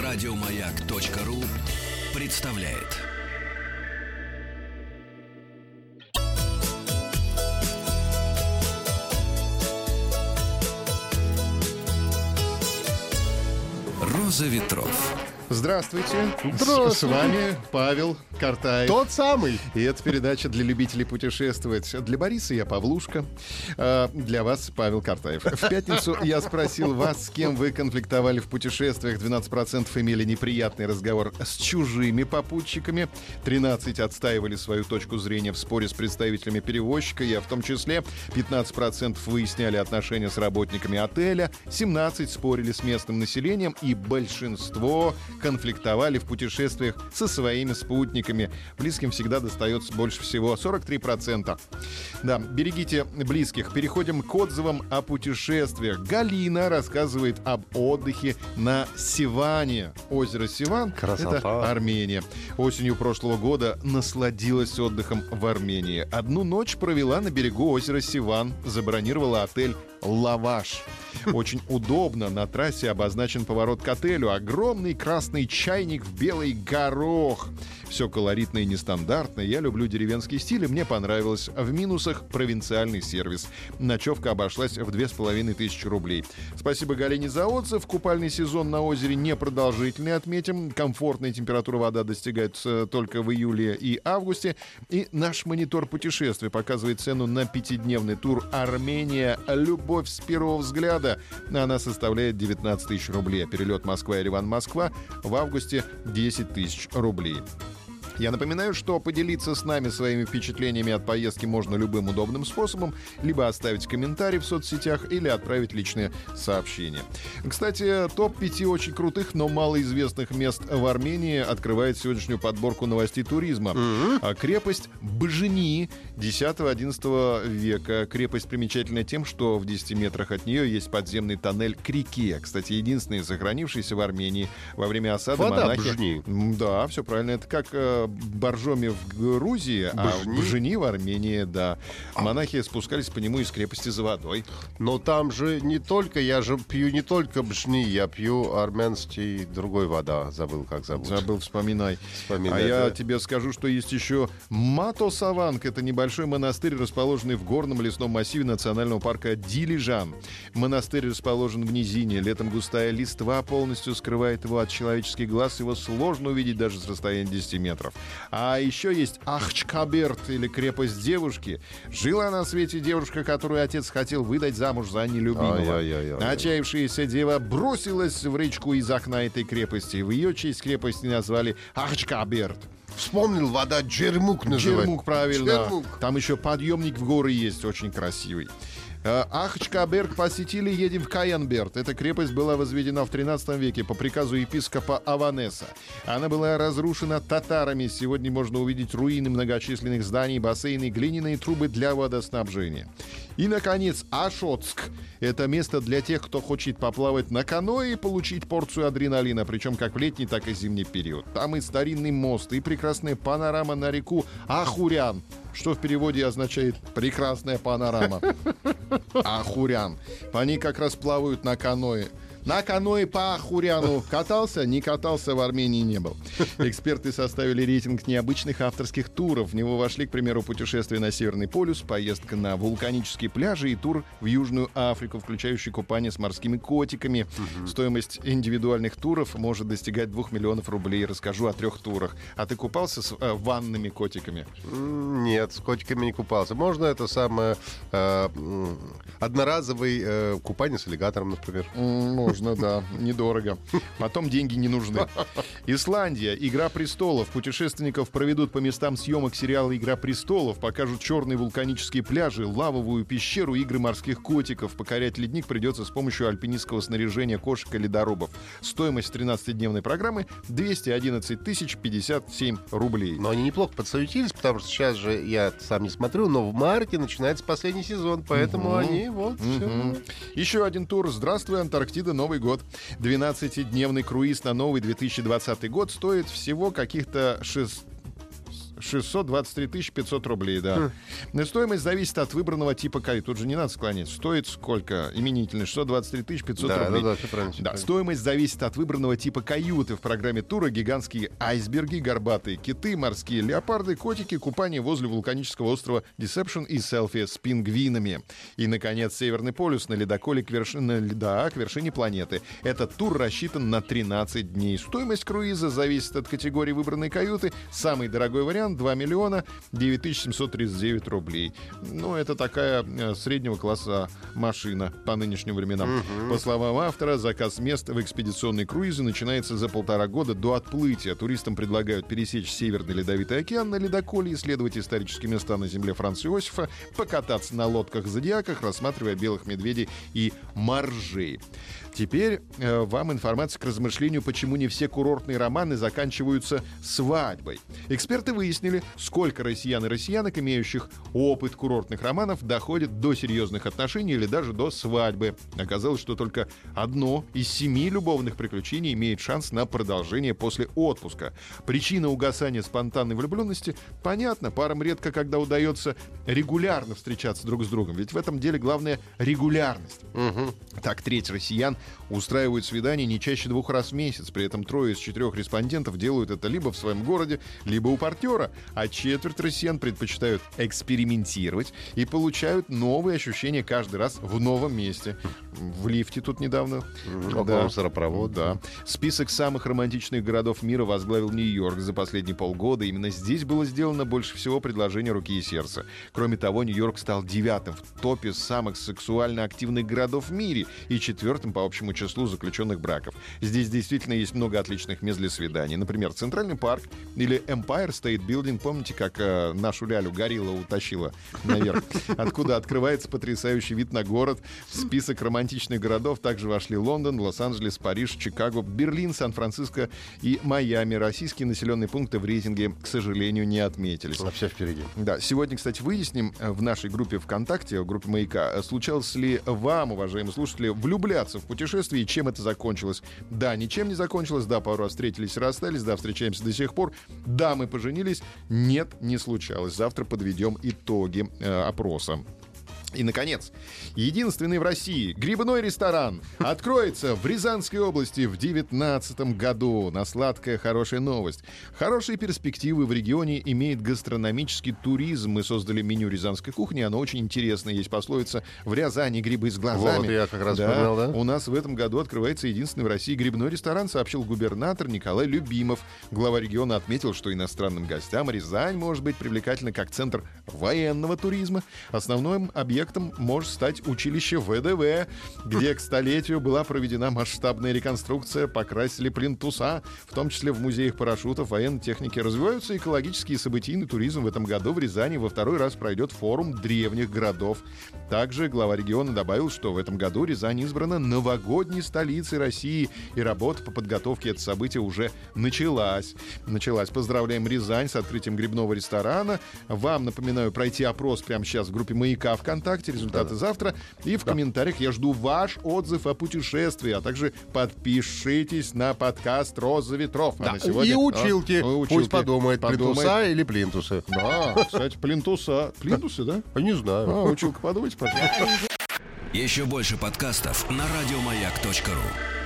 Радиомаяк.ру представляет. Роза ветров. Здравствуйте. Здравствуйте. С вами Павел Картаев. Тот самый. И это передача для любителей путешествовать. Для Бориса я Павлушка. Для вас Павел Картаев. В пятницу я спросил вас, с кем вы конфликтовали в путешествиях. 12% имели неприятный разговор с чужими попутчиками. 13% отстаивали свою точку зрения в споре с представителями перевозчика. Я в том числе. 15% выясняли отношения с работниками отеля. 17% спорили с местным населением. И большинство конфликтовали в путешествиях со своими спутниками. Близким всегда достается больше всего. 43%. Да, берегите близких. Переходим к отзывам о путешествиях. Галина рассказывает об отдыхе на Сиване. Озеро Сиван — это Армения. Осенью прошлого года насладилась отдыхом в Армении. Одну ночь провела на берегу озера Сиван. Забронировала отель «Лаваш». Очень удобно. На трассе обозначен поворот к отелю. Огромный красный чайник в белый горох. Все колоритно и нестандартно. Я люблю деревенский стиль, и мне понравилось. В минусах провинциальный сервис. Ночевка обошлась в 2500 рублей. Спасибо Галине за отзыв. Купальный сезон на озере непродолжительный, отметим. Комфортная температура воды достигает только в июле и августе. И наш монитор путешествий показывает цену на 5-дневный тур «Армения. Любовь с первого взгляда». Она составляет 19 тысяч рублей. А перелет Москва-Ереван-Москва в августе 10 тысяч рублей. Я напоминаю, что поделиться с нами своими впечатлениями от поездки можно любым удобным способом, либо оставить комментарий в соцсетях или отправить личное сообщение. Кстати, топ-5 очень крутых, но малоизвестных мест в Армении открывает сегодняшнюю подборку новостей туризма. Крепость Бжени 10-11 века. Крепость примечательна тем, что в 10 метрах от нее есть подземный тоннель к реке. Кстати, единственный сохранившийся в Армении. Во время осады монахи... Бжени. Да, все правильно. Это как Боржоми в Грузии, а в Бжени в Армении, да. Монахи спускались по нему из крепости за водой. Но там же не только, я же пью не только Бжени, я пью армянский другой вода. Забыл, как зовут. Забыл, вспоминай. Я тебе скажу, что есть еще Матосаванг. Это небольшой монастырь, расположенный в горном лесном массиве национального парка Дилижан. Монастырь расположен в низине. Летом густая листва полностью скрывает его от человеческих глаз. Его сложно увидеть даже с расстояния 10 метров. А еще есть Ахчкаберт, или крепость девушки. Жила на свете девушка, которую отец хотел выдать замуж за нелюбимого. Отчаявшаяся дева бросилась в речку из окна этой крепости. В ее честь крепость назвали Ахчкаберт. Вспомнил, вода Джермук называется. Джермук, правильно. Там еще подъемник в горы есть, очень красивый. Ахчкаберт посетили, едем в Каянберт. Эта крепость была возведена в 13 веке по приказу епископа Аванеса. Она была разрушена татарами. Сегодня можно увидеть руины многочисленных зданий, бассейны, глиняные трубы для водоснабжения. И, наконец, Ашотск. Это место для тех, кто хочет поплавать на каноэ и получить порцию адреналина, причем как в летний, так и зимний период. Там и старинный мост, и прекрасная панорама на реку Ахурян, что в переводе означает «прекрасная панорама». Ахурян. По ней как раз плавают на каноэ. На каноэ по Ахуряну катался? Не катался, в Армении не был. Эксперты составили рейтинг необычных авторских туров. В него вошли, к примеру, путешествие на Северный полюс, поездка на вулканические пляжи и тур в Южную Африку, включающий купание с морскими котиками. Стоимость индивидуальных туров может достигать 2 миллионов рублей. Расскажу о 3 турах. А ты купался с ванными котиками? Нет, с котиками не купался. Можно это самое одноразовый купание с аллигатором, например? Можно, да, недорого. Потом деньги не нужны. Исландия. «Игра престолов». Путешественников проведут по местам съемок сериала «Игра престолов». Покажут черные вулканические пляжи, лавовую пещеру, игры морских котиков. Покорять ледник придется с помощью альпинистского снаряжения кошек и ледорубов. Стоимость 13-дневной программы 211 057 рублей. Но они неплохо подсуетились, потому что сейчас же, я сам не смотрю, но в марте начинается последний сезон, поэтому они вот... Еще один тур. «Здравствуй, Антарктида. Новый год». 12-дневный круиз на новый 2020 год стоит всего каких-то 623 500 рублей, да. Стоимость зависит от выбранного типа каюты. Тут же не надо склоняться. Стоит сколько? Именительный 623 500 рублей. Да, стоимость зависит от выбранного типа каюты. В программе тура гигантские айсберги, горбатые киты, морские леопарды, котики, купание возле вулканического острова Deception и селфи с пингвинами. И, наконец, Северный полюс на ледоколе к вершине планеты. Этот тур рассчитан на 13 дней. Стоимость круиза зависит от категории выбранной каюты. Самый дорогой вариант — 2 миллиона 9739 рублей. Ну, это такая среднего класса машина по нынешним временам. По словам автора, заказ мест в экспедиционные круизы начинается за 1,5 года до отплытия. Туристам предлагают пересечь Северный Ледовитый океан на ледоколе, исследовать исторические места на земле Франца Иосифа, покататься на лодках-зодиаках, рассматривая белых медведей и моржей. Теперь вам информация к размышлению, почему не все курортные романы заканчиваются свадьбой. Эксперты выяснили, сколько россиян и россиянок, имеющих опыт курортных романов, доходит до серьезных отношений или даже до свадьбы. Оказалось, что только 1 из 7 любовных приключений имеет шанс на продолжение после отпуска. Причина угасания спонтанной влюбленности понятна. Парам редко когда удается регулярно встречаться друг с другом. Ведь в этом деле главное — регулярность. Так, треть россиян устраивают свидания не чаще 2 раз в месяц. При этом 3 из 4 респондентов делают это либо в своем городе, либо у партнера. А четверть россиян предпочитают экспериментировать и получают новые ощущения каждый раз в новом месте. В лифте тут недавно. Около мусоропровода. Да. Список самых романтичных городов мира возглавил Нью-Йорк за последние полгода. Именно здесь было сделано больше всего предложений руки и сердца. Кроме того, Нью-Йорк стал 9-м в топе самых сексуально активных городов в мире и 4-м по общему числу заключенных браков. Здесь действительно есть много отличных мест для свиданий. Например, Центральный парк или Empire State Building. Помните, как нашу Лялю горилла утащила наверх? Откуда открывается потрясающий вид на город. В список романтичных городов также вошли Лондон, Лос-Анджелес, Париж, Чикаго, Берлин, Сан-Франциско и Майами. Российские населенные пункты в рейтинге, к сожалению, не отметились. А все впереди. Да, сегодня, кстати, выясним в нашей группе ВКонтакте, в группе «Маяка», случалось ли вам, уважаемые слушатели, влюбляться в путешествие и чем это закончилось. Да, ничем не закончилось. Да, пару раз встретились и расстались. Да, встречаемся до сих пор. Да, мы поженились. Нет, не случалось. Завтра подведем итоги опроса. И, наконец, единственный в России грибной ресторан откроется в Рязанской области в 2019 году. На сладкая хорошая новость. Хорошие перспективы в регионе имеет гастрономический туризм. Мы создали меню рязанской кухни. Оно очень интересное. Есть пословица «В Рязани грибы с глазами». Вот, я как раз понял, да? У нас в этом году открывается единственный в России грибной ресторан, сообщил губернатор Николай Любимов. Глава региона отметил, что иностранным гостям Рязань может быть привлекательна как центр военного туризма. Основным объектом может стать училище ВДВ, где к столетию была проведена масштабная реконструкция, покрасили плинтуса, в том числе в музеях парашютов, военной техники. Развиваются экологический и событийный туризм. В этом году в Рязани во 2-й раз пройдет форум древних городов. Также глава региона добавил, что в этом году Рязань избрана новогодней столицей России, и работа по подготовке этого события уже началась. Поздравляем Рязань с открытием грибного ресторана. Вам, напоминаю, пройти опрос прямо сейчас в группе «Маяка» ВКонтакте. Результаты завтра. И в комментариях я жду ваш отзыв о путешествии. А также подпишитесь на подкаст «Роза ветров». Да. А на сегодня... И училки. Пусть подумает, плинтуса или плинтусы. Да, кстати, плинтуса. Плинтусы, да? Не знаю. Училка, подумайте, пожалуйста. Еще больше подкастов на радиомаяк.ру.